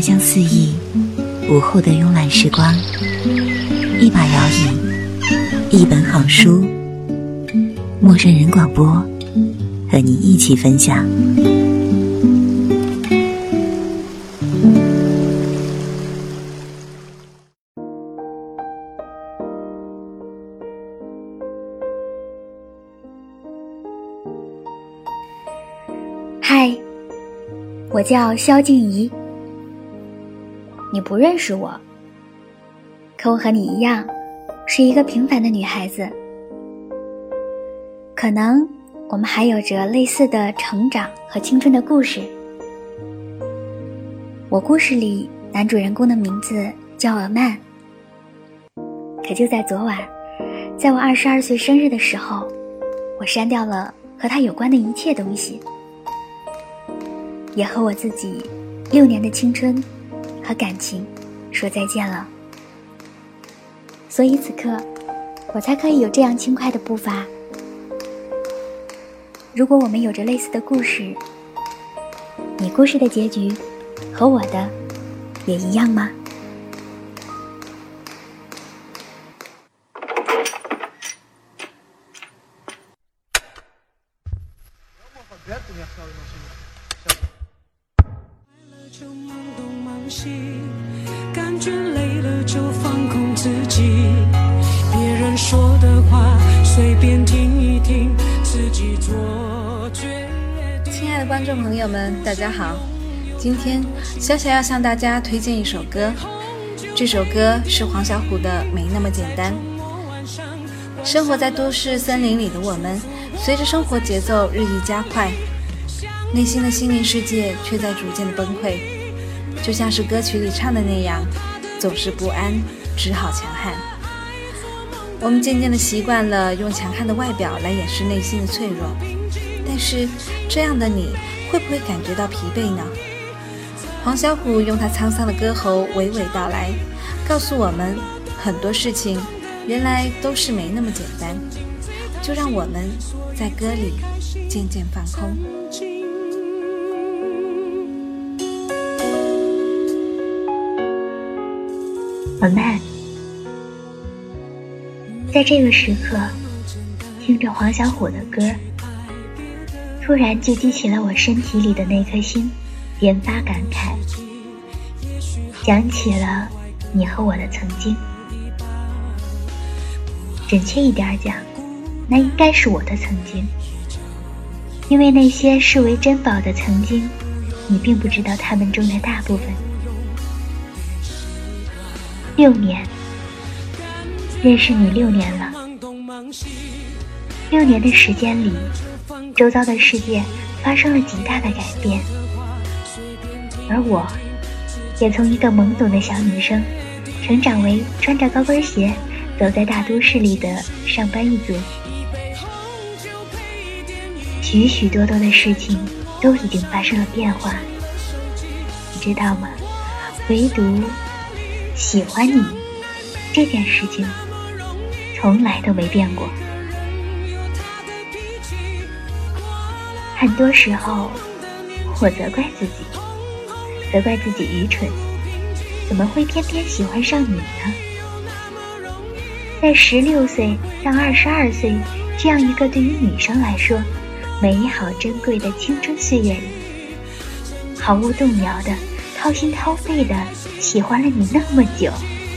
檀香四溢，午后的慵懒时光，一把摇椅，一本好书，陌生人广播，和你一起分享。 嗨，我叫萧静怡。你不认识我，可我和你一样，是一个平凡的女孩子。可能我们还有着类似的成长和青春的故事。我故事里男主人公的名字叫尔曼。可就在昨晚，在我22岁生日的时候，我删掉了和他有关的一切东西，也和我自己6年的青春和感情说再见了。所以此刻我才可以有这样轻快的步伐。如果我们有着类似的故事，你故事的结局和我的也一样吗？ 感觉累了就放空自己，别人说的话随便听一听，自己做决定。 亲爱的观众朋友们，大家好，今天小小要向大家推荐一首歌，这首歌是黄小琥的《没那么简单》。生活在都市森林里的我们，随着生活节奏日益加快，内心的心灵世界却在逐渐的崩溃，就像是歌曲里唱的那样，总是不安，只好强悍。我们渐渐地习惯了用强悍的外表来掩饰内心的脆弱，但是这样的你会不会感觉到疲惫呢？黄小琥用她沧桑的歌喉娓娓道来，告诉我们很多事情原来都是没那么简单，就让我们在歌里渐渐放空。 尔曼，在这个时刻听着黄小琥的歌，突然就激起了我身体里的那颗心，研发感慨，想起了你和我的曾经。准确一点讲，那应该是我的曾经，因为那些视为珍宝的曾经，你并不知道他们中的大部分。6年，认识你6年了。6年的时间里，周遭的世界发生了极大的改变，而我也从一个懵懂的小女生成长为穿着高跟鞋走在大都市里的上班一族。许许多多的事情都已经发生了变化，你知道吗？唯独喜欢你这件事情从来都没变过。很多时候我责怪自己愚蠢，怎么会偏偏喜欢上你呢？在16岁到22岁这样一个对于女生来说美好珍贵的青春岁月里，毫无动摇的掏心掏肺的喜欢了你那么久。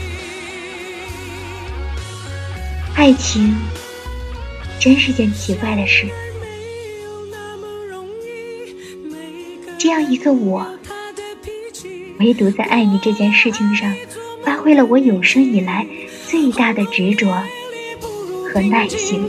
爱情真是件奇怪的事，这样一个我，唯独在爱你这件事情上发挥了我有生以来最大的执着和耐心。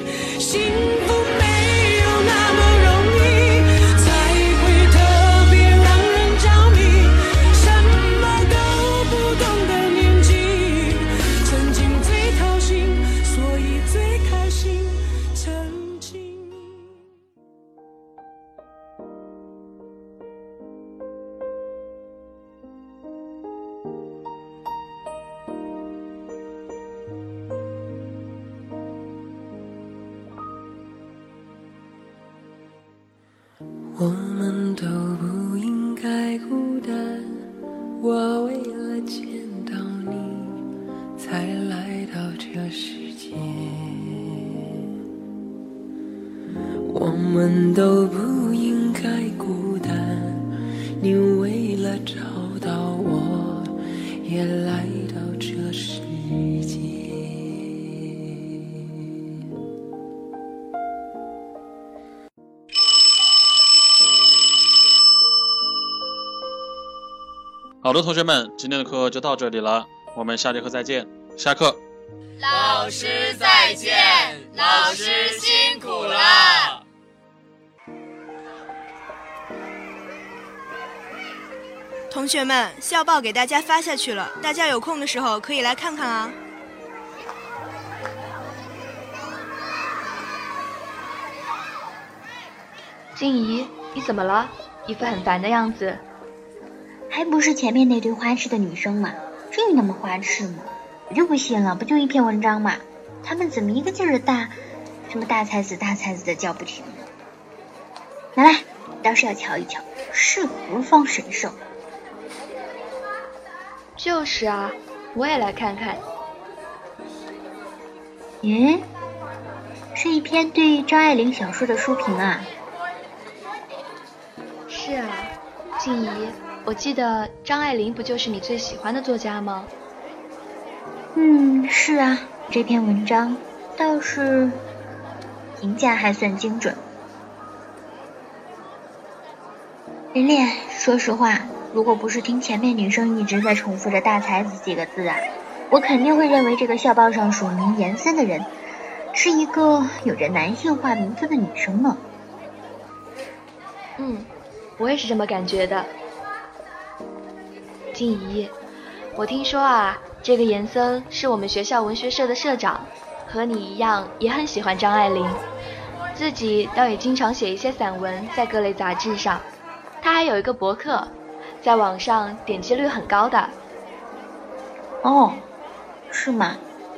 我为了见到你才来到这世界，我们都不应该孤单，你为了找到我也来到这世界。 好的，同学们，今天的课就到这里了，我们下节课再见。下课。 老师再见，老师辛苦了。 同学们，校报给大家发下去了，大家有空的时候可以来看看啊。 静怡，你怎么了？一副很烦的样子。 还不是前面那堆花痴的女生嘛，至于那么花痴吗？我就不信了，不就一篇文章嘛，他们怎么一个劲儿的什么大才子大才子的叫不停呢？来，倒是要瞧一瞧，是何方神圣？ 就是啊，我也来看看。 是一篇对张爱玲小说的书评啊。 是啊，静怡，我记得张爱玲不就是你最喜欢的作家吗？ 是啊，这篇文章倒是评价还算精准。琳琳，说实话，如果不是听前面女生一直在重复着大才子几个字啊，我肯定会认为这个校报上署名严森的人是一个有着男性化名字的女生呢。 我也是这么感觉的。静怡，我听说啊，这个严森是我们学校文学社的社长，和你一样也很喜欢张爱玲，自己倒也经常写一些散文在各类杂志上。他还有一个博客，在网上点击率很高的。 哦，是吗？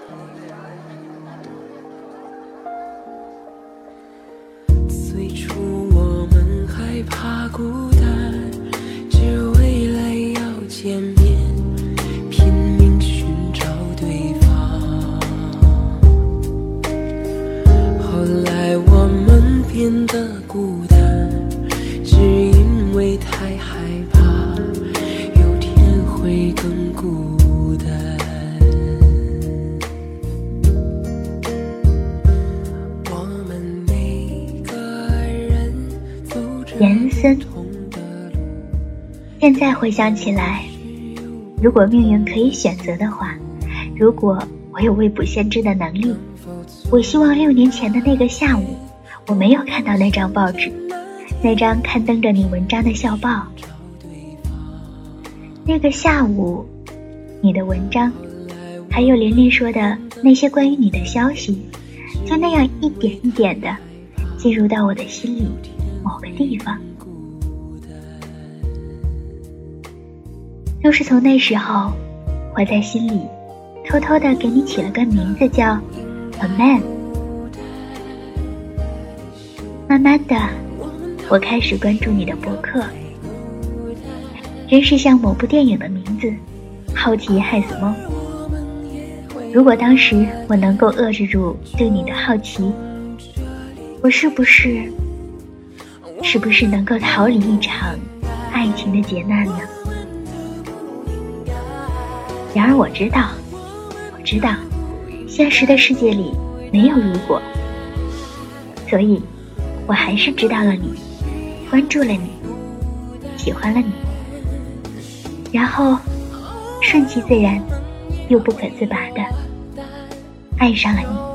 最初我们害怕孤单，只为了要见面，拼命寻找对方。后来我们变得孤单，只因为太害怕有天会更孤单。 严森，现在回想起来，如果命运可以选择的话，如果我有未卜先知的能力，我希望6年前的那个下午，我没有看到那张报纸，那张刊登着你文章的校报。那个下午，你的文章，还有琳琳说的那些关于你的消息，就那样一点一点的进入到我的心里某个地方。就是从那时候，我在心里偷偷的给你起了个名字叫 A Man。 慢慢的，我开始关注你的博客，真是像某部电影的名字，好奇害死猫。如果当时我能够遏制住对你的好奇，我是不是能够逃离一场爱情的劫难呢？然而我知道，现实的世界里没有如果，所以我还是知道了你，关注了你，喜欢了你，然后顺其自然又不可自拔的爱上了你。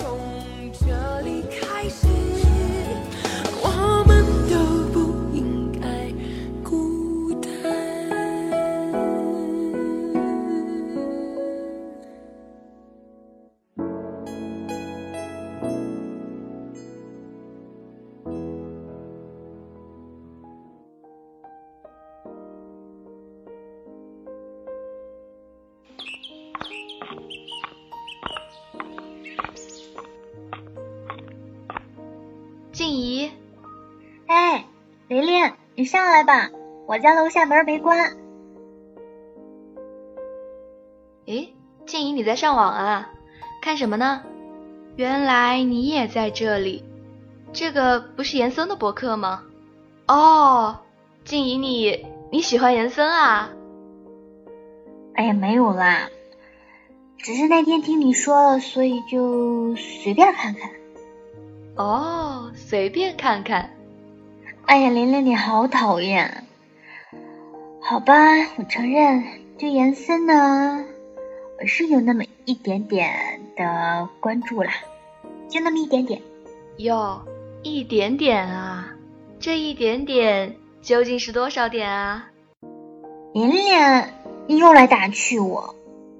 静怡， 哎，琳琳，你上来吧，我家楼下门没关。 诶，静怡你在上网啊？看什么呢？原来你也在这里。这个不是严森的博客吗？哦，静怡你喜欢严森啊？ 哎呀，没有啦，只是那天听你说了，所以就随便看看。 哦，随便看看。 哎呀，琳琳你好讨厌。好吧，我承认对严森呢，我是有那么一点点的关注啦，就那么一点点。 哟，一点点啊？这一点点究竟是多少点啊？ 琳琳，你又来打趣我。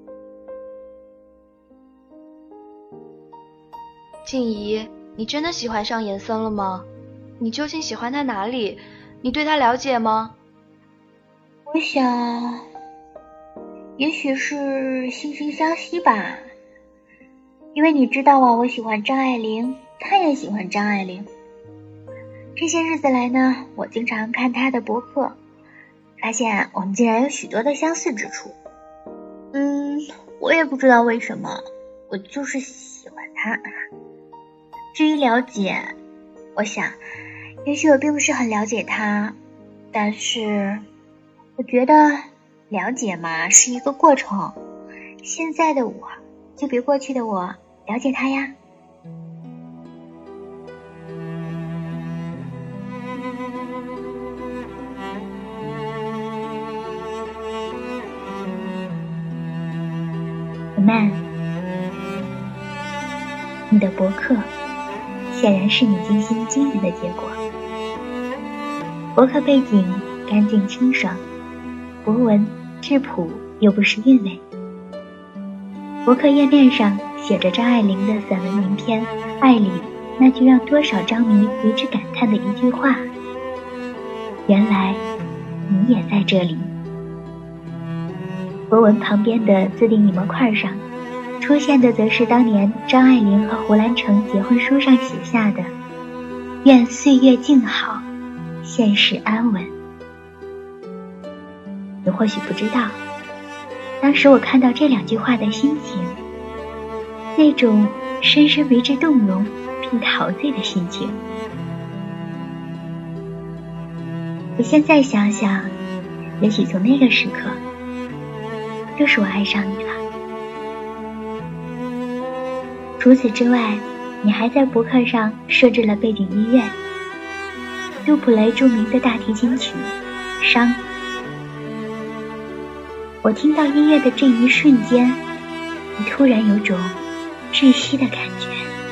静怡，你真的喜欢上严森了吗？你究竟喜欢他哪里？你对他了解吗？ 我想也许是惺惺相惜吧，因为你知道啊，我喜欢张爱玲，他也喜欢张爱玲。这些日子来呢，我经常看他的博客，发现我们竟然有许多的相似之处。我也不知道为什么，我就是喜欢他。至于了解，我想也许我并不是很了解他，但是我觉得了解嘛是一个过程，现在的我就比过去的我了解他呀。曼，你的博客显然是你精心经营的结果。博客背景干净清爽，博文质朴又不失韵味。博客页面上写着张爱玲的散文名篇《爱》里那句让多少张迷为之感叹的一句话：原来你也在这里。博文旁边的自定义模块上出现的则是当年张爱玲和胡兰成结婚书上写下的愿岁月静好，现世安稳。你或许不知道，当时我看到这两句话的心情，那种深深为之动容并陶醉的心情。我现在想想，也许从那个时刻就是我爱上你了。除此之外，你还在博客上设置了背景音乐，杜普雷著名的大提琴曲《伤》。我听到音乐的这一瞬间，你突然有种窒息的感觉。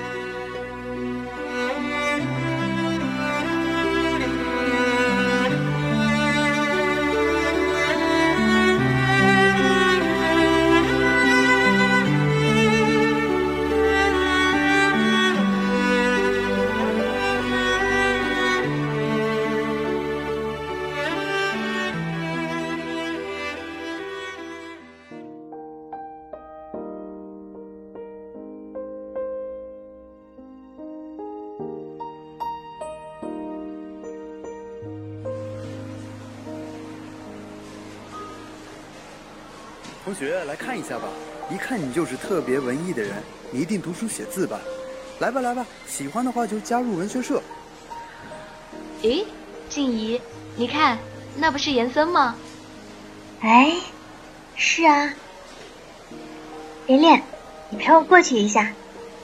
同学来看一下吧，一看你就是特别文艺的人，你一定读书写字吧？来吧来吧，喜欢的话就加入文学社。 诶，静怡，你看，那不是严森吗？ 哎，是啊。琳琳，你陪我过去一下。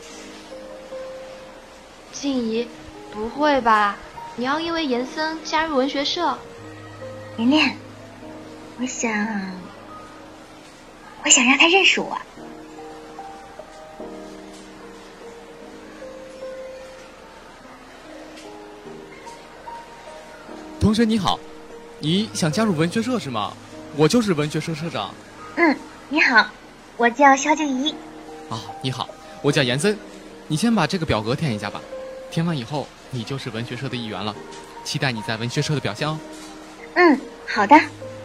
静怡，不会吧？你要因为严森加入文学社？ 琳琳，我想让他认识我。 同学你好，你想加入文学社是吗？我就是文学社社长。 你好，我叫肖静怡。 你好，我叫严森。你先把这个表格填一下吧，填完以后你就是文学社的一员了，期待你在文学社的表现哦。 好的。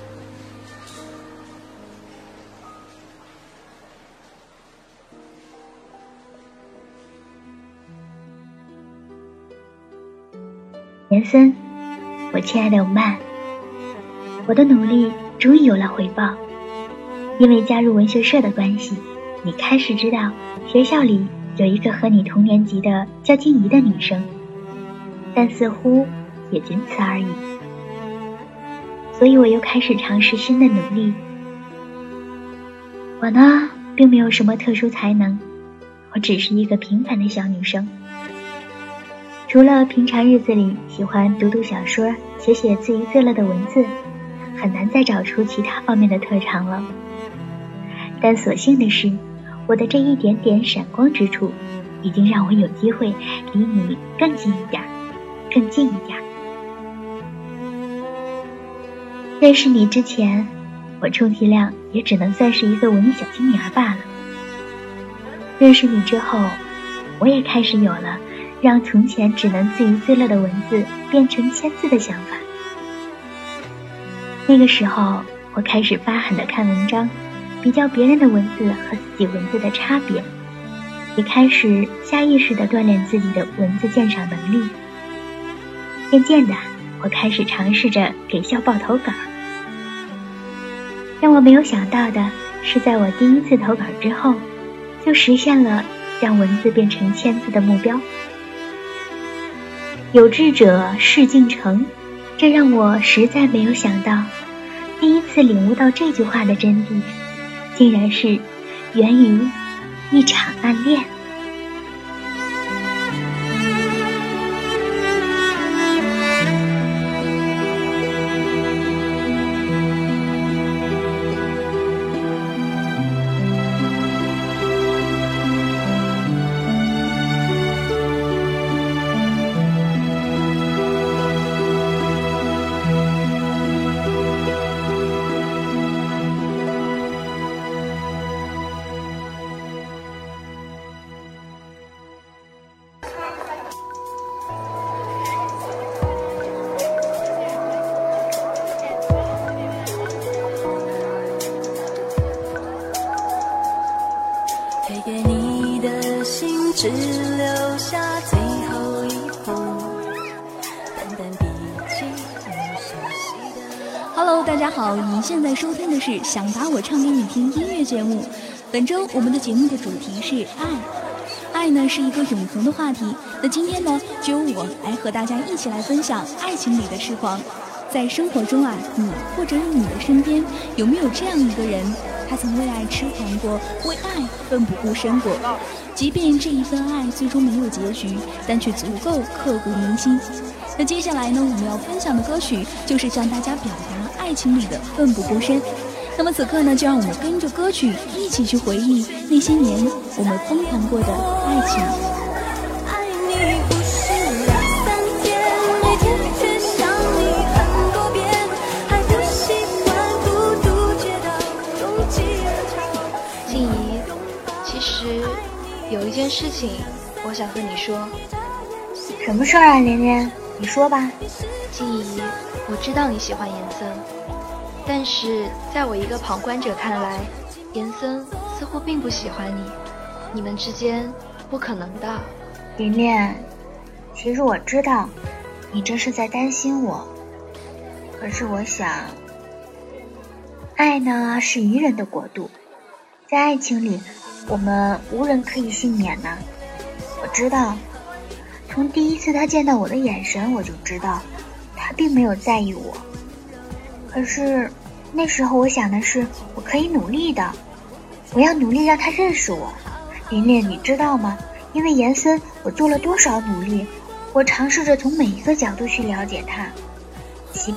严森，我亲爱的欧曼，我的努力终于有了回报。 因为加入文学社的关系，你开始知道学校里有一个和你同年级的叫静怡的女生，但似乎也仅此而已。所以我又开始尝试新的努力。我呢，并没有什么特殊才能，我只是一个平凡的小女生。除了平常日子里喜欢读读小说，写写自娱自乐的文字，很难再找出其他方面的特长了。但所幸的是，我的这一点点闪光之处，已经让我有机会离你更近一点，更近一点。认识你之前，我充其量也只能算是一个文艺小青年罢了。认识你之后，我也开始有了让从前只能自娱自乐的文字变成签字的想法。那个时候，我开始发狠地看文章，比较别人的文字和自己文字的差别，也开始下意识地锻炼自己的文字鉴赏能力。渐渐的，我开始尝试着给校报投稿。让我没有想到的是，在我第一次投稿之后，就实现了让文字变成签字的目标。有志者事竟成，这让我实在没有想到，第一次领悟到这句话的真谛，竟然是源于一场暗恋。 推给你的信只留下最后一封，淡淡笔迹 Hello， 大家好，您现在收听的是想把我唱给你听音乐节目。本周我们的节目的主题是爱。爱呢是一个永恒的话题，那今天呢就由我来和大家一起来分享爱情里的痴狂。在生活中啊，你或者你的身边有没有这样一个人，他曾为爱痴狂过，为爱奋不顾身过，即便这一份爱最终没有结局，但却足够刻骨铭心。那接下来呢，我们要分享的歌曲就是向大家表达爱情里的奋不顾身。那么此刻呢，就让我们跟着歌曲一起去回忆那些年我们疯狂过的爱情。 爱你不是两三天，每天却想你很多遍，还不习惯孤独街道拥挤人潮。 静怡，其实有一件事情我想和你说。 什么事儿啊，连连？你说吧。 静怡，我知道你喜欢严森，但是在我一个旁观者看来，严森似乎并不喜欢你，你们之间不可能的。 连连，其实我知道你这是在担心我，可是我想，爱呢是愚人的国度，在爱情里我们无人可以幸免呢。我知道，从第一次他见到我的眼神，我就知道他并没有在意我。可是那时候我想的是，我可以努力的，我要努力让他认识我。琳琳，你知道吗？因为严森，我做了多少努力，我尝试着从每一个角度去了解他，即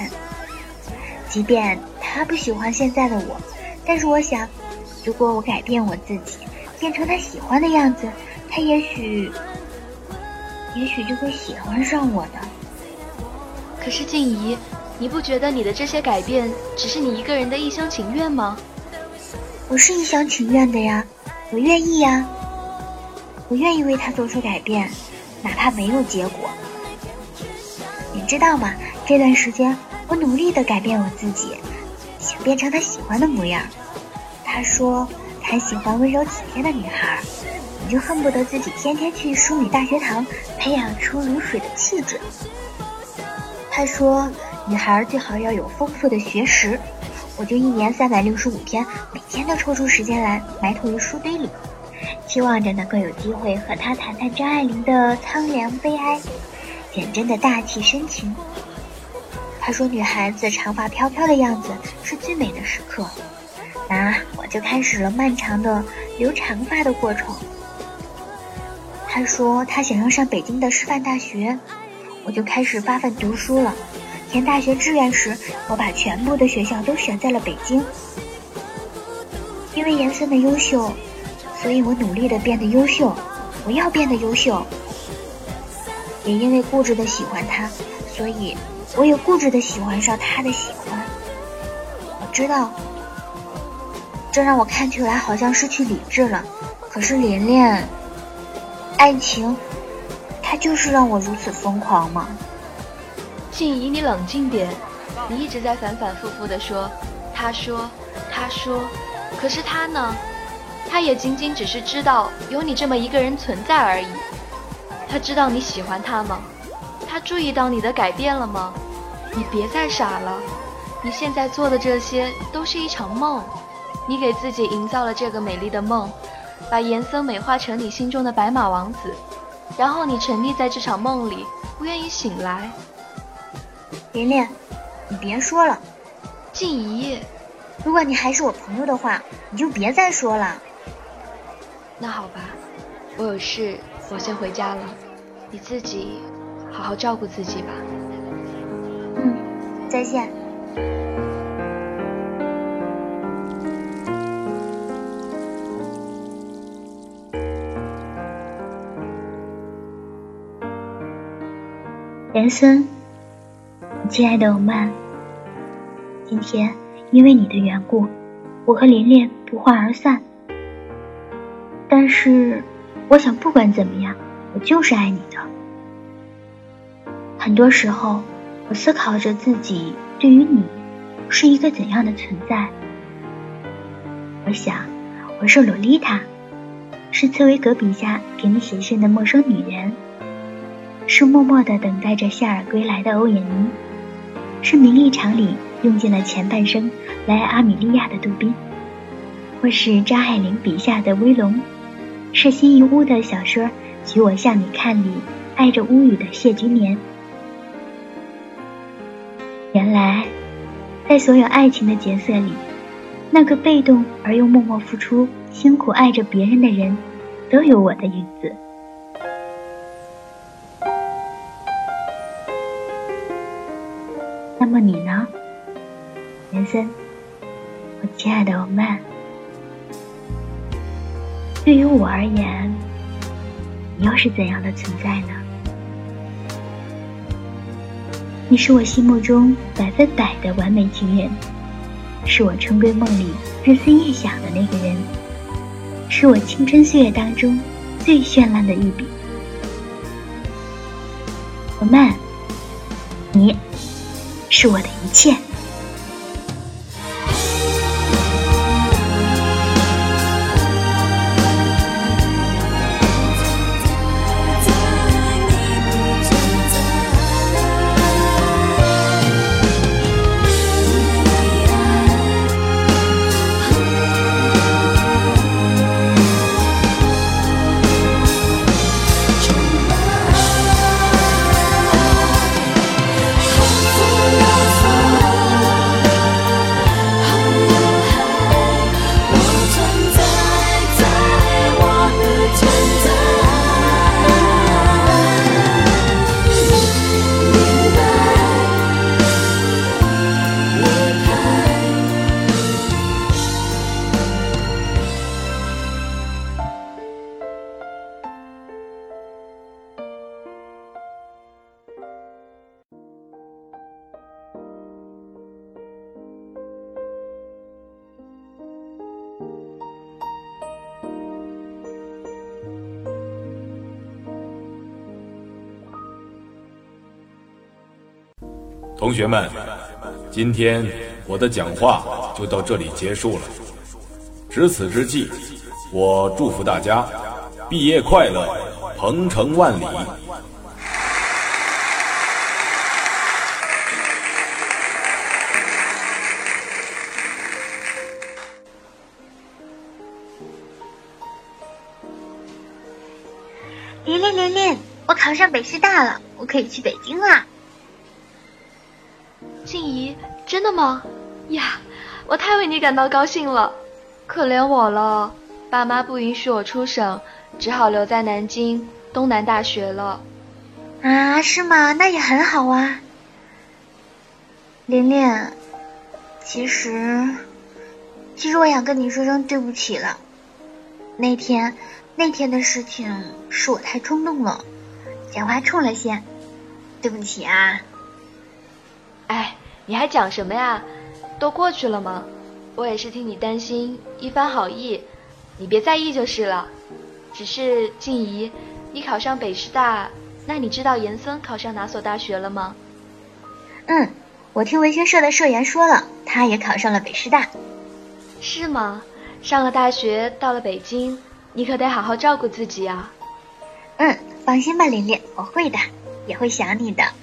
便他不喜欢现在的我，但是我想，如果我改变我自己，变成他喜欢的样子，他也许就会喜欢上我的。 可是静怡，你不觉得你的这些改变只是你一个人的一厢情愿吗？ 我是一厢情愿的呀，我愿意呀，我愿意为他做出改变，哪怕没有结果。你知道吗？这段时间我努力地改变我自己，想变成他喜欢的模样。他说他喜欢温柔体贴的女孩，你就恨不得自己天天去淑女大学堂培养出如水的气质。他说女孩最好要有丰富的学识，我我就1年365天，每天都抽出时间来埋头于书堆里，期望着能够有机会和他谈谈张爱玲的苍凉悲哀，简真的大气深情。他说女孩子长发飘飘的样子是最美的时刻，那我就开始了漫长的留长发的过程。他说他想要上北京的师范大学，我就开始发奋读书了。填大学志愿时，我把全部的学校都选在了北京。因为颜森的优秀，所以我努力的变得优秀，我要变得优秀。也因为固执的喜欢他，所以我也固执的喜欢上他的喜欢。我知道这让我看起来好像失去理智了，可是连连爱情它就是让我如此疯狂吗？ 静怡，你冷静点，你一直在反反复复地说他说，可是他呢？他也仅仅只是知道有你这么一个人存在而已。他知道你喜欢他吗？他注意到你的改变了吗？你别再傻了，你现在做的这些都是一场梦，你给自己营造了这个美丽的梦，把颜森美化成你心中的白马王子，然后你沉溺在这场梦里，不愿意醒来。 连连，你别说了。 静怡， 如果你还是我朋友的话，你就别再说了。 那好吧，我有事，我先回家了，你自己好好照顾自己吧。 再见。颜森，亲爱的欧曼，今天因为你的缘故，我和连连不欢而散。但是我想不管怎么样，我就是爱你的。很多时候我思考着自己对于你是一个怎样的存在。我想我是洛丽塔，是茨威格笔下给你写信的陌生女人，是默默地等待着夏尔归来的欧也妮，是名利场里用尽了前半生来阿米莉亚的杜宾，或是张爱玲笔下的威龙，是新一屋的小说许我向你看里爱着乌语的谢居年。原来在所有爱情的角色里，那个被动而又默默付出辛苦爱着别人的人都有我的影子。那么你呢，颜森，我亲爱的欧曼？对于我而言，你又是怎样的存在呢？你是我心目中100%的完美情人，是我春闺梦里日思夜想的那个人，是我青春岁月当中最绚烂的一笔。欧曼，你是我的一切。 同学们，今天我的讲话就到这里结束了。值此之际，我祝福大家毕业快乐，鹏程万里。 琳琳，我考上北师大了，我可以去北京啦！ 静怡，真的吗？呀，我太为你感到高兴了。可怜我了，爸妈不允许我出省，只好留在南京东南大学了。 啊，是吗？那也很好啊。琳琳，其实我想跟你说声对不起了。那天的事情是我太冲动了，讲话冲了些，对不起啊。 哎，你还讲什么呀？都过去了吗？我也是替你担心，一番好意，你别在意就是了。只是静怡，你考上北师大，那你知道严森考上哪所大学了吗？ 我听文学社的社员说了，他也考上了北师大。 是吗？上了大学，到了北京，你可得好好照顾自己啊。 放心吧，琳琳，我会的，也会想你的。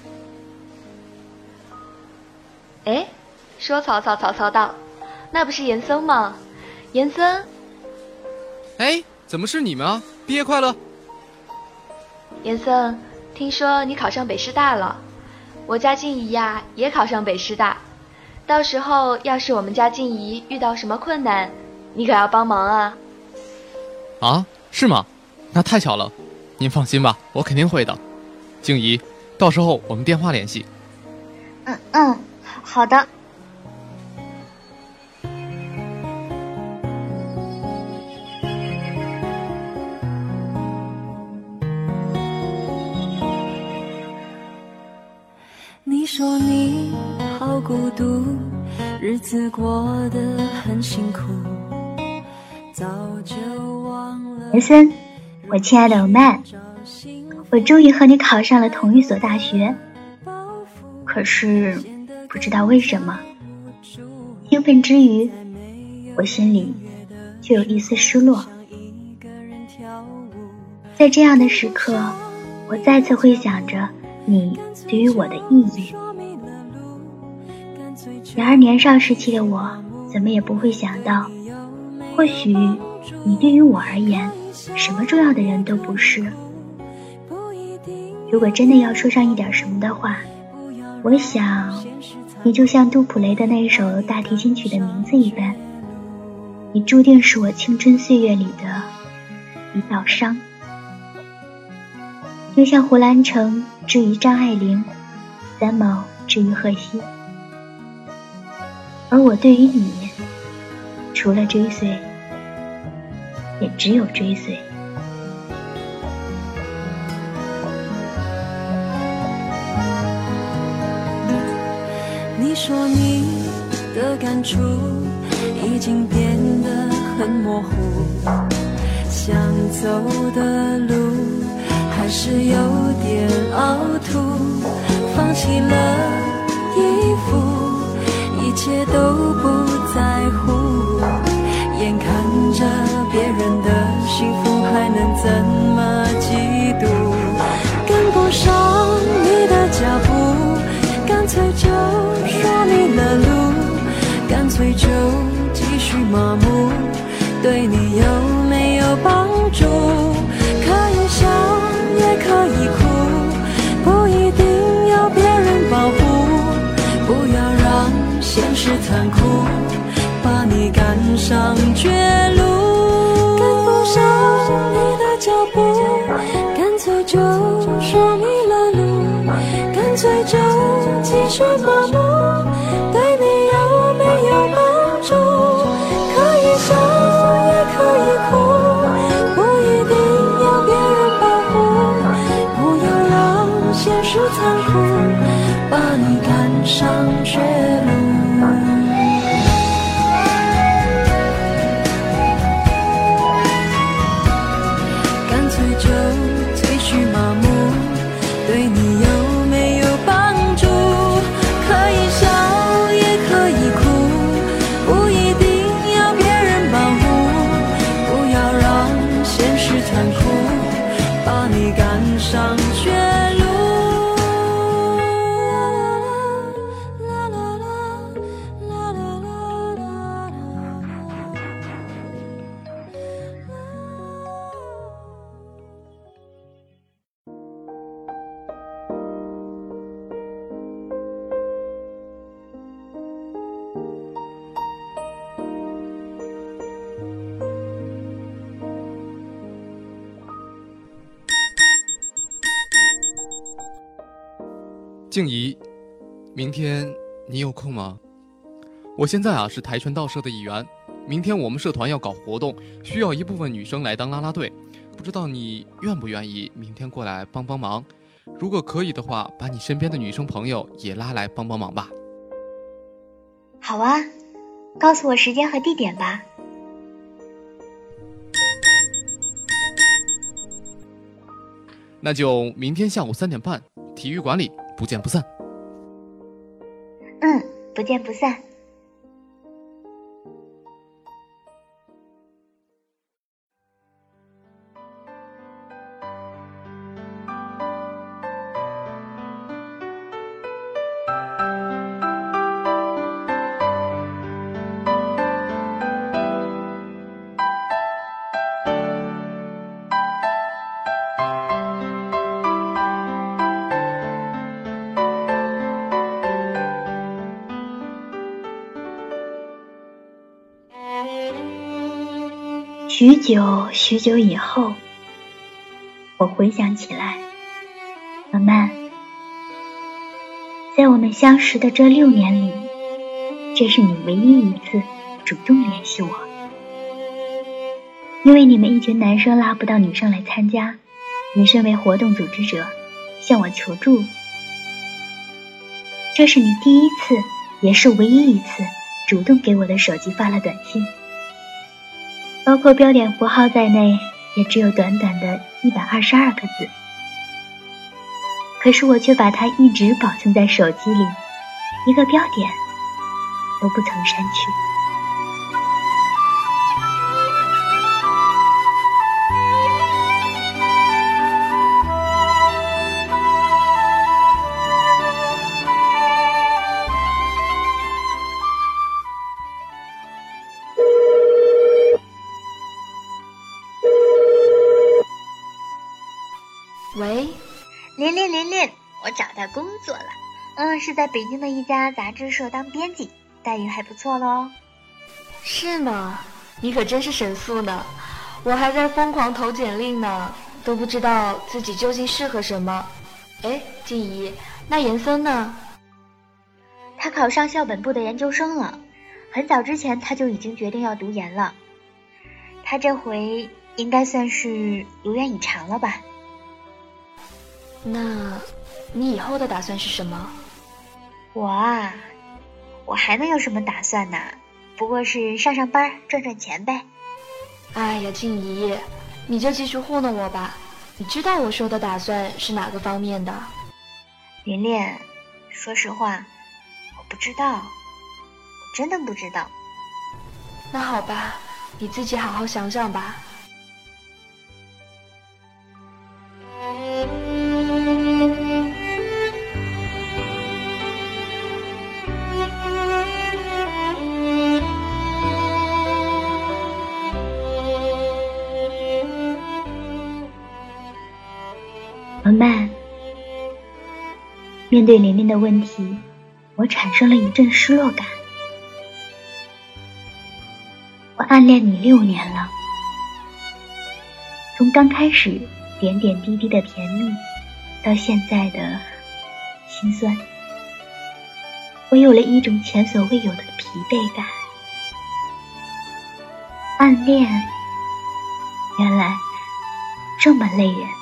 哎，说曹操，那不是严森吗？严森， 哎，怎么是你们啊？毕业快乐！ 严森，听说你考上北师大了，我家静怡呀也考上北师大，到时候要是我们家静怡遇到什么困难，你可要帮忙啊。 啊，是吗？那太巧了，您放心吧，我肯定会的。静怡，到时候我们电话联系。 好的。 你说你好孤独，日子过得很辛苦，早就忘了。 严森，我亲爱的欧曼，我终于和你考上了同一所大学，可是不知道为什么，兴奋之余，我心里却有一丝失落。在这样的时刻，我再次会想着你对于我的意义。然而年少时期的我怎么也不会想到，或许你对于我而言什么重要的人都不是。如果真的要说上一点什么的话，我想你就像杜普雷的那一首大提琴曲的名字一般，你注定是我青春岁月里的一道伤，就像胡兰成之于张爱玲，三毛之于荷西。而我对于你，除了追随，也只有追随。 你说你的感触已经变得很模糊，想走的路还是有点凹凸，放弃了衣服，一切都不在乎，眼看着别人的幸福还能怎么嫉妒，跟不上你的脚步，干脆就说迷了路，干脆就继续麻木，对你有没有帮助？可以笑也可以哭，不一定要别人保护，不要让现实残酷把你赶上绝路，跟不上你的脚步，干脆就说迷了路，干脆就继续麻木，对你有没有帮助？可以笑也可以哭，不一定要别人保护，不要让现实残酷把你赶上绝路。干脆就继续麻木，对你有没有帮助？可以静怡，明天你有空吗？我现在是跆拳道社的一员，明天我们社团要搞活动，需要一部分女生来当啦啦队，不知道你愿不愿意明天过来帮帮忙？如果可以的话，把你身边的女生朋友也拉来帮帮忙吧。 好啊，告诉我时间和地点吧。 那就明天下午3点半，体育馆里不见不散。 不见不散。许久许久以后，我回想起来，曼曼，在我们相识的这6年里，这是你唯一一次主动联系我。因为你们一群男生拉不到女生来参加，你身为活动组织者向我求助。这是你第一次，也是唯一一次主动给我的手机发了短信，包括标点符号在内，也只有短短的122个字。可是我却把它一直保存在手机里，一个标点都不曾删去。 喂， 琳琳，我找到工作了，是在北京的一家杂志社当编辑，待遇还不错咯。 是吗？你可真是神速呢，我还在疯狂投简历呢，都不知道自己究竟适合什么。哎，静怡，那严森呢？ 他考上校本部的研究生了，很早之前他就已经决定要读研了，他这回应该算是如愿以偿了吧。 那你以后的打算是什么？ 我还能有什么打算呢？不过是上班赚钱呗。 哎呀，静怡，你就继续糊弄我吧，你知道我说的打算是哪个方面的？ 琳琳，说实话，我不知道，我真的不知道。 那好吧，你自己好好想想吧。 文曼，面对琳琳的问题，我产生了一阵失落感。我暗恋你6年了，从刚开始点点滴滴的甜蜜，到现在的心酸，我有了一种前所未有的疲惫感。暗恋原来这么累人。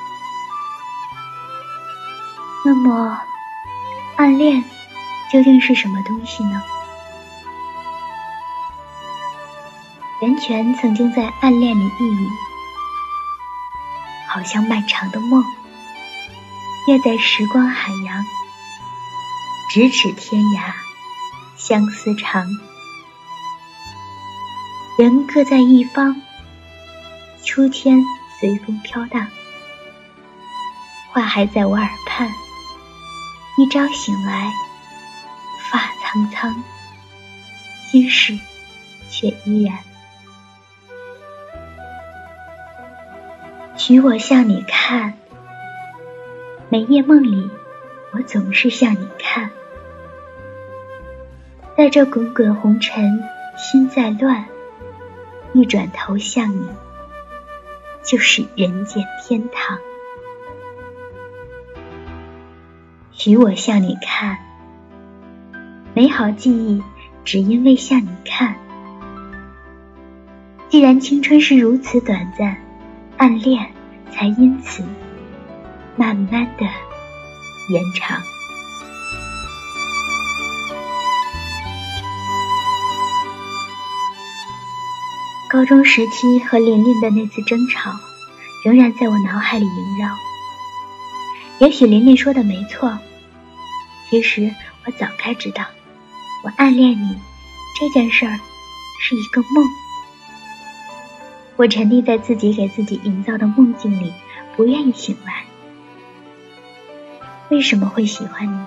那么暗恋究竟是什么东西呢？袁泉曾经在《暗恋》里呓语，好像漫长的梦，跃在时光海洋，咫尺天涯，相思长。人各在一方，秋天随风飘荡，话还在我耳畔，一朝醒来，发苍苍，心事却依然。许我向你看，每夜梦里，我总是向你看。在这滚滚红尘，心在乱，一转头向你，就是人间天堂。 许我向你看，美好记忆只因为向你看。既然青春是如此短暂，暗恋才因此慢慢的延长。高中时期和琳琳的那次争吵仍然在我脑海里萦绕。也许琳琳说的没错，其实我早该知道，我暗恋你这件事儿是一个梦。我沉溺在自己给自己营造的梦境里，不愿意醒来。为什么会喜欢你？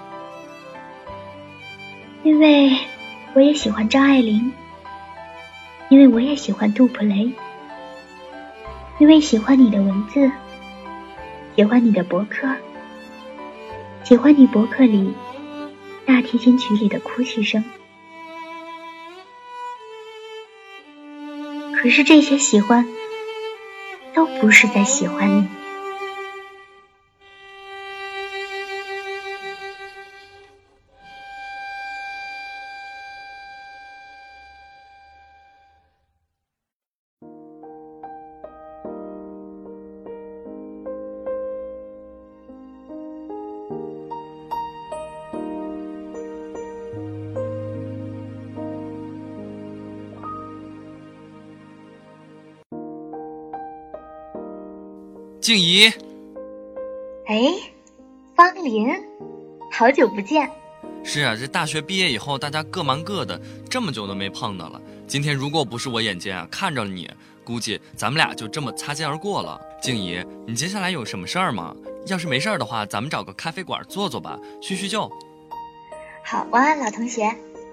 因为我也喜欢张爱玲，因为我也喜欢杜普雷，因为喜欢你的文字，喜欢你的博客，喜欢你博客里大提琴曲里的哭泣声。可是这些喜欢都不是在喜欢你。 静怡， 哎，方林，好久不见。 是啊，这大学毕业以后，大家各忙各的，这么久都没碰到了。今天如果不是我眼尖啊，看着了你，估计咱们俩就这么擦肩而过了。静怡，你接下来有什么事儿吗？要是没事儿的话，咱们找个咖啡馆坐坐吧，叙叙旧。 好啊，老同学。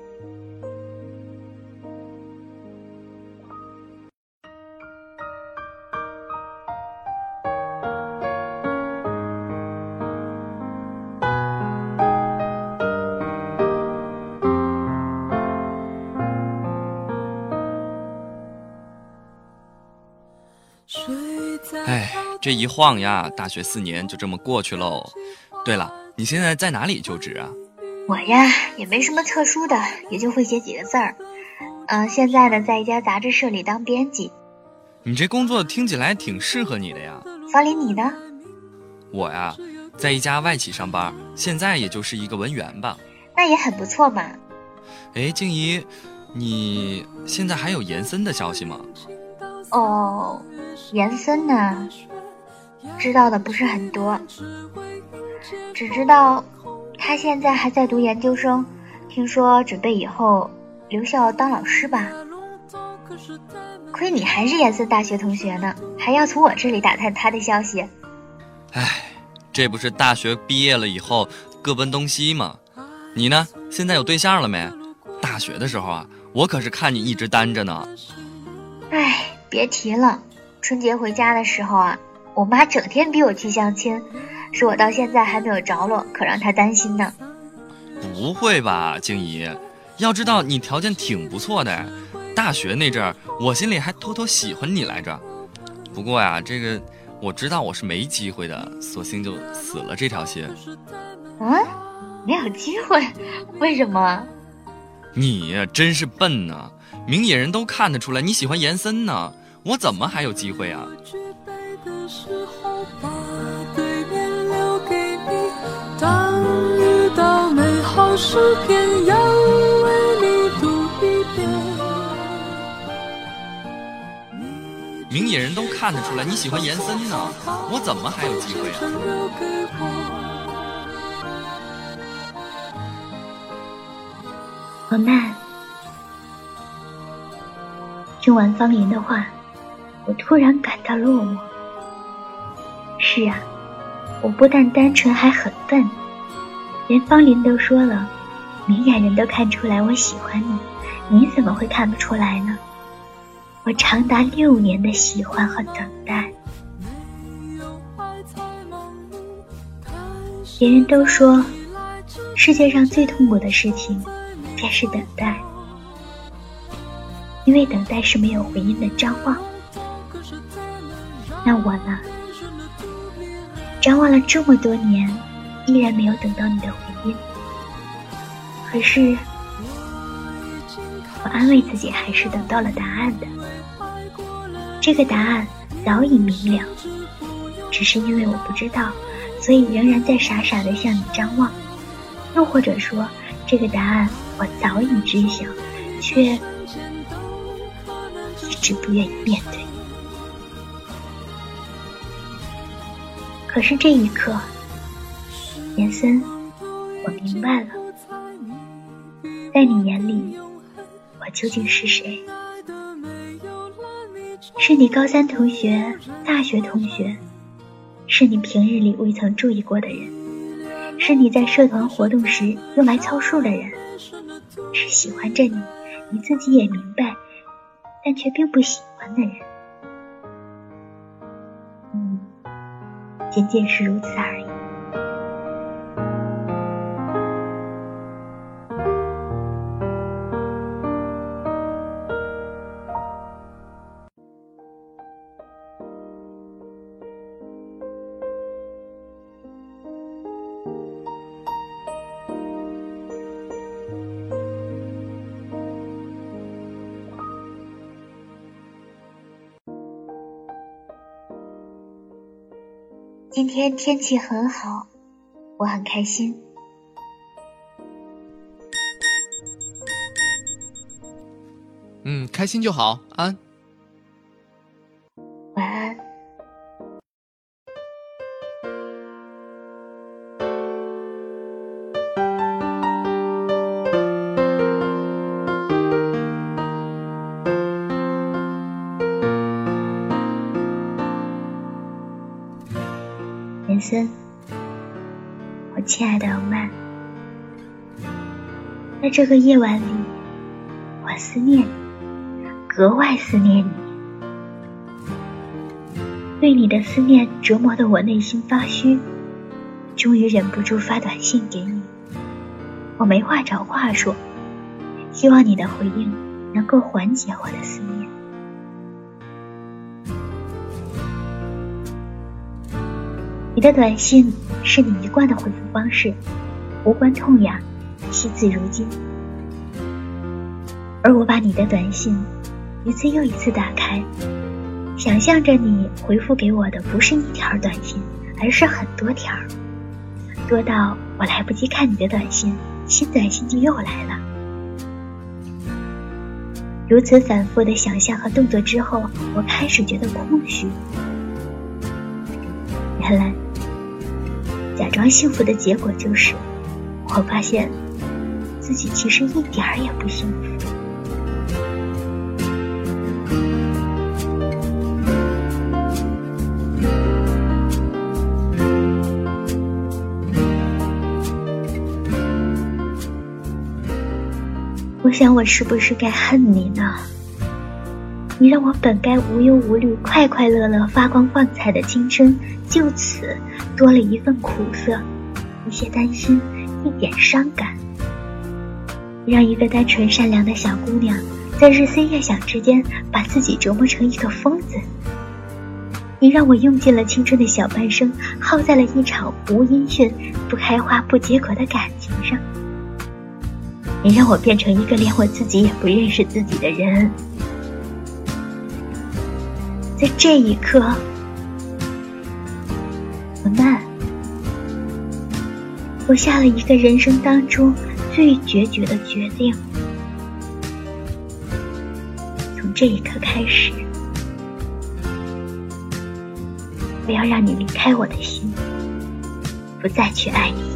哎，这一晃呀，大学4年就这么过去喽。对了，你现在在哪里就职啊？ 我呀，也没什么特殊的，也就会写几个字儿。现在呢，在一家杂志社里当编辑。 你这工作听起来挺适合你的呀。 方林，你呢？ 我呀，在一家外企上班，现在也就是一个文员吧。 那也很不错嘛。 哎，静怡，你现在还有延森的消息吗？ 哦，延森呢，知道的不是很多，只知道他现在还在读研究生，听说准备以后留校当老师吧。亏你还是延森大学同学呢，还要从我这里打探他的消息。 唉，这不是大学毕业了以后各奔东西吗？你呢，现在有对象了没？大学的时候啊，我可是看你一直单着呢。 唉，别提了，春节回家的时候啊，我妈整天逼我去相亲，说我到现在还没有着落，可让她担心呢。 不会吧，静怡，要知道你条件挺不错的，大学那阵儿我心里还偷偷喜欢你来着。不过呀，这个我知道我是没机会的，索性就死了这条心。 没有机会？为什么？ 你真是笨呢，明眼人都看得出来你喜欢延森呢，我怎么还有机会啊？ 当遇到美好诗篇，要为你读一遍。 明眼人都看得出来你喜欢延森呢，我怎么还有机会啊？ 王曼，听完方林的话，我突然感到落寞。是啊，我不但单纯，还很笨。连方林都说了，明眼人都看出来我喜欢你，你怎么会看不出来呢？我长达6年的喜欢和等待。别人都说，世界上最痛苦的事情便是等待，因为等待是没有回音的张望。那我呢？张望了这么多年， 依然没有等到你的回音。可是我安慰自己还是等到了答案的。这个答案早已明了，只是因为我不知道，所以仍然在傻傻地向你张望。又或者说，这个答案我早已知晓，却一直不愿意面对。可是这一刻，严森，我明白了，在你眼里，我究竟是谁？是你高三同学、大学同学，是你平日里未曾注意过的人，是你在社团活动时用来凑数的人，是喜欢着你，你自己也明白，但却并不喜欢的人。仅仅是如此而已。今天天气很好，我很开心。 开心就好，安。 晚安。严森，我亲爱的欧曼，在这个夜晚里，我思念你，格外思念你。对你的思念折磨得我内心发虚，终于忍不住发短信给你。我没话找话说，希望你的回应能够缓解我的思念。你的短信是你一贯的回复方式，无关痛痒，惜字如金。而我把你的短信一次又一次打开，想象着你回复给我的不是一条短信，而是很多条，多到我来不及看你的短信，新短信就又来了。如此反复的想象和动作之后，我开始觉得空虚。原来假装幸福的结果就是，我发现自己其实一点儿也不幸福。我想我是不是该恨你呢？你让我本该无忧无虑、快快乐乐、发光放彩的青春，就此多了一份苦涩，一些担心，一点伤感。让一个单纯善良的小姑娘，在日思夜想之间，把自己折磨成一个疯子。你让我用尽了青春的小半生，耗在了一场无音讯、不开花不结果的感情上。你让我变成一个连我自己也不认识自己的人。在这一刻，文曼，我下了一个人生当中最决绝的决定。从这一刻开始，我要让你离开我的心，不再去爱你。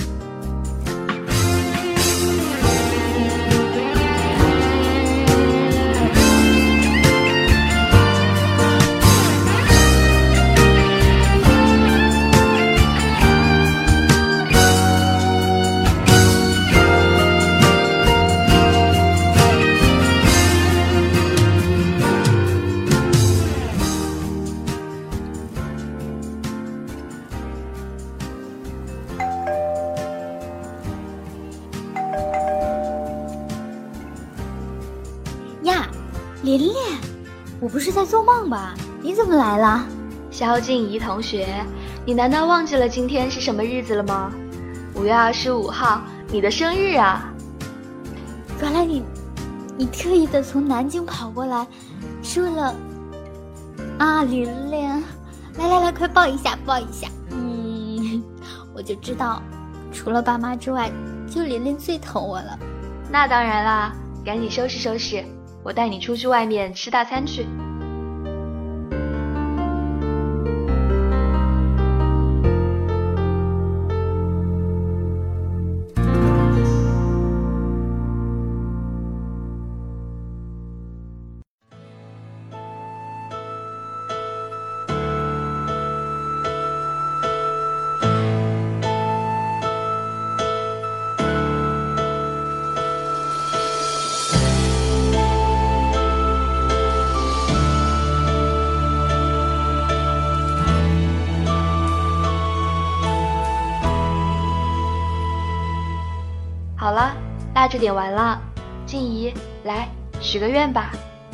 琳琳，我不是在做梦吧？你怎么来了？ 萧静怡同学， 你难道忘记了今天是什么日子了吗？5月25号，你的生日啊！ 原来你特意的从南京跑过来，是为了啊，琳琳，来，快抱一下。我就知道，除了爸妈之外，就琳琳最疼我了。 那当然啦，赶紧收拾收拾，我带你出去外面吃大餐去。好了，蜡烛点完了，静怡，来许个愿吧。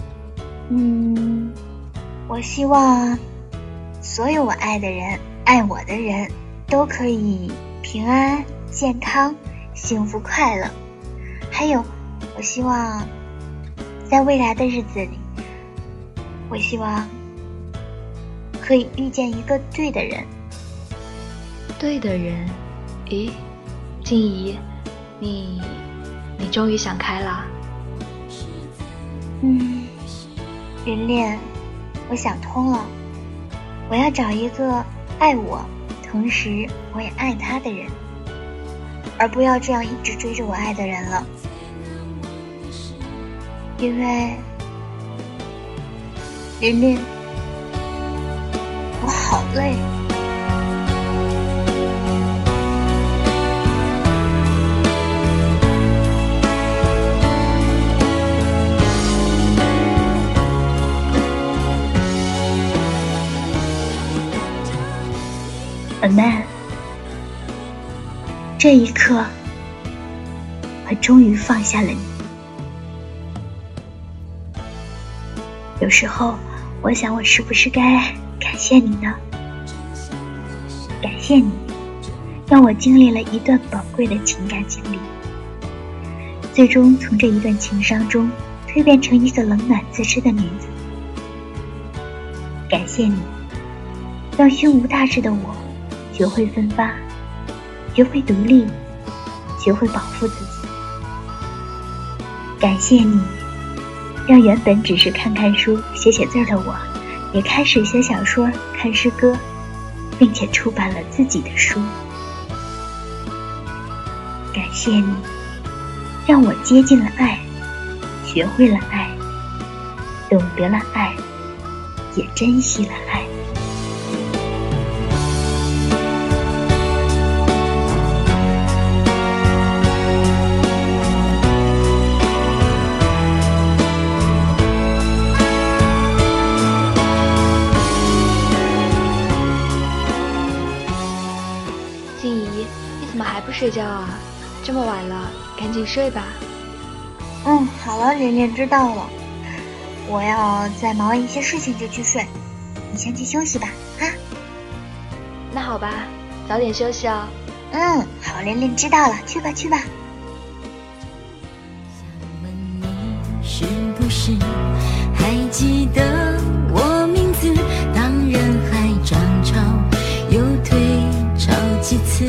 我希望所有我爱的人、爱我的人都可以平安、健康、幸福、快乐。还有，我希望在未来的日子里，我希望可以遇见一个对的人。 对的人？咦，静怡，你终于想开了。 琳琳，我想通了，我要找一个爱我，同时我也爱他的人，而不要这样一直追着我爱的人了。因为琳琳，我好累。Aman， 这一刻，我终于放下了你。有时候，我想我是不是该感谢你呢？感谢你，让我经历了一段宝贵的情感经历，最终从这一段情伤中蜕变成一个冷暖自知的女子。感谢你，让胸无大志的我学会奋发，学会独立，学会保护自己。感谢你，让原本只是看看书、写写字的我，也开始写小说、看诗歌，并且出版了自己的书。感谢你，让我接近了爱，学会了爱，懂得了爱，也珍惜了爱。 不睡觉啊？这么晚了，赶紧睡吧。 好了，琳琳知道了。我要再忙完一些事情就去睡，你先去休息吧，啊？ 那好吧，早点休息哦。 好，琳琳知道了，去吧去吧。 想问你是不是还记得我名字？当人海涨潮又退潮几次？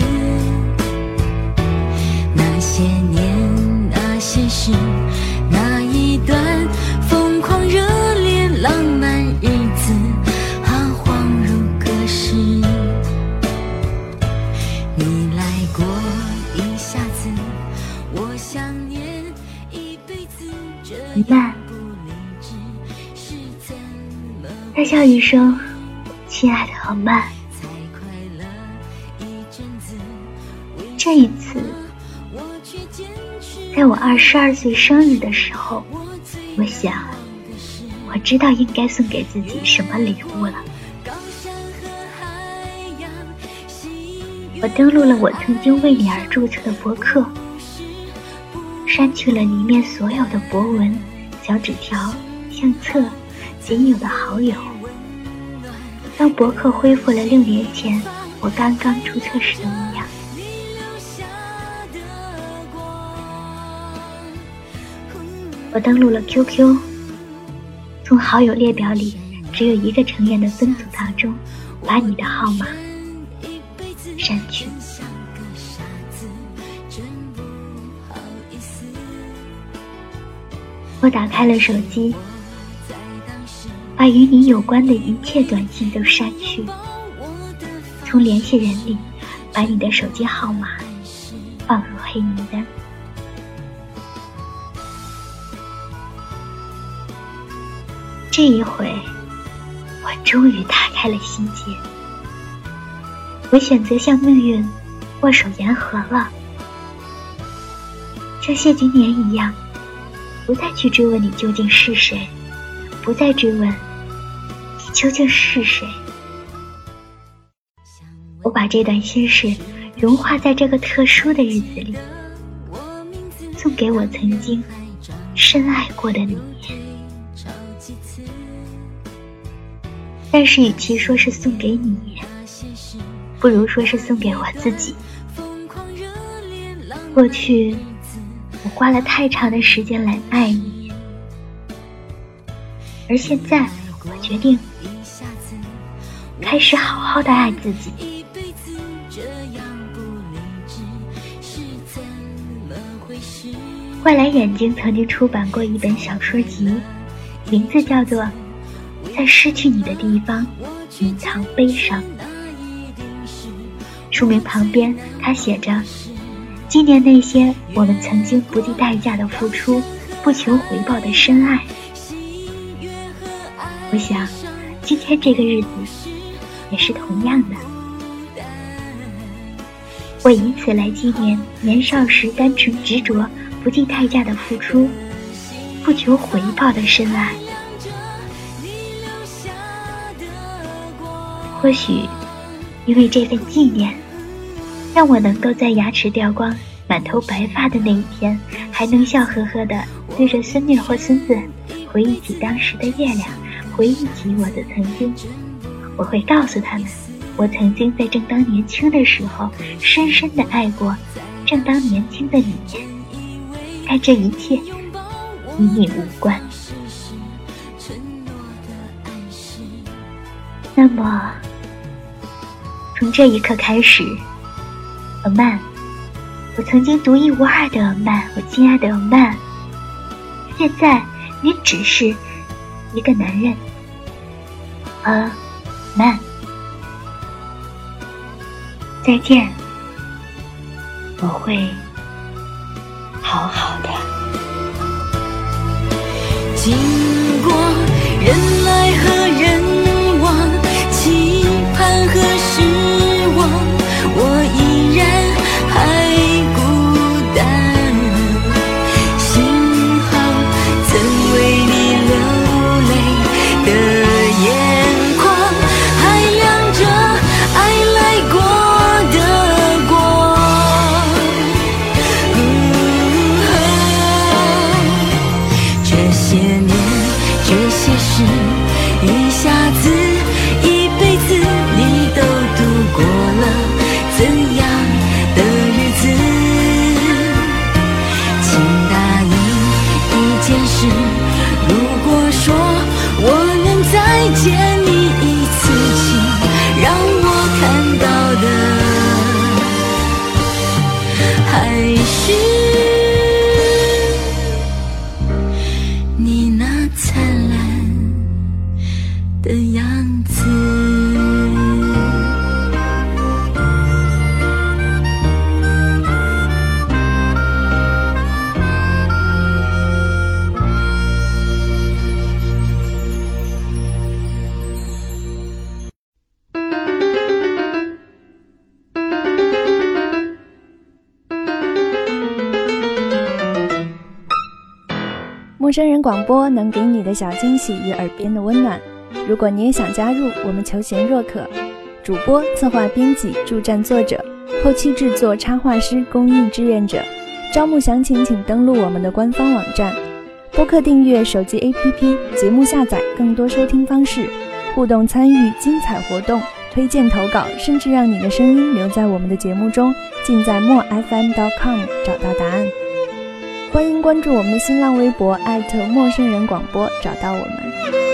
那些年，那些事，那一段疯狂热烈浪漫日子，啊，恍如隔世。你来过一下子，我想念一辈子，这样不理智是怎么？ 他笑一声，亲爱的，好慢。这一次，在我22岁生日的时候，我想，我知道应该送给自己什么礼物了。我登录了我曾经为你而注册的博客，删去了里面所有的博文、小纸条、相册、仅有的好友，让博客恢复了6年前我刚刚注册时的模样。我登录了 QQ， 从好友列表里只有一个成员的分组当中，把你的号码删去。我打开了手机，把与你有关的一切短信都删去，从联系人里把你的手机号码放入黑名单。这一回，我终于打开了心结。我选择向命运握手言和了，像谢君年一样，不再去追问你究竟是谁，不再追问你究竟是谁。我把这段心事融化在这个特殊的日子里，送给我曾经深爱过的你。但是与其说是送给你，不如说是送给我自己。过去我花了太长的时间来爱你，而现在我决定开始好好的爱自己。外来眼睛曾经出版过一本小说集，名字叫做《在失去你的地方隐藏悲伤》。书名旁边他写着，纪念那些我们曾经不计代价的付出，不求回报的深爱。我想今天这个日子也是同样的，我以此来纪念年少时单纯执着不计代价的付出，不求回报的深爱。或许因为这份纪念，让我能够在牙齿掉光满头白发的那一天，还能笑呵呵地对着孙女或孙子回忆起当时的月亮，回忆起我的曾经。我会告诉他们，我曾经在正当年轻的时候深深地爱过正当年轻的你，但这一切与你无关。那么从这一刻开始，尔曼，我曾经独一无二的尔曼，我亲爱的尔曼，现在你只是一个男人。尔曼，再见，我会好好的。 经过人来和人往，期盼和失望，我依然还孤单。幸好曾为你流泪的眼眶，还亮着爱来过的光。这些年这些事，一下子一辈子你都度过了怎样的日子？请答应一件事，如果说我能再见你一次，请让我看到的还是你那灿烂的样子。 陌生人广播能给你的小惊喜与耳边的温暖。如果你也想加入，我们求贤若渴。主播、策划、编辑、助战作者、后期制作、插画师、公益志愿者。招募详情请登录我们的官方网站。播客订阅手机 APP， 节目下载更多收听方式，互动参与精彩活动， 推荐投稿，甚至让你的声音留在我们的节目中，尽在moorfm.com 找到答案。欢迎关注我们的新浪微博陌生人广播，找到我们。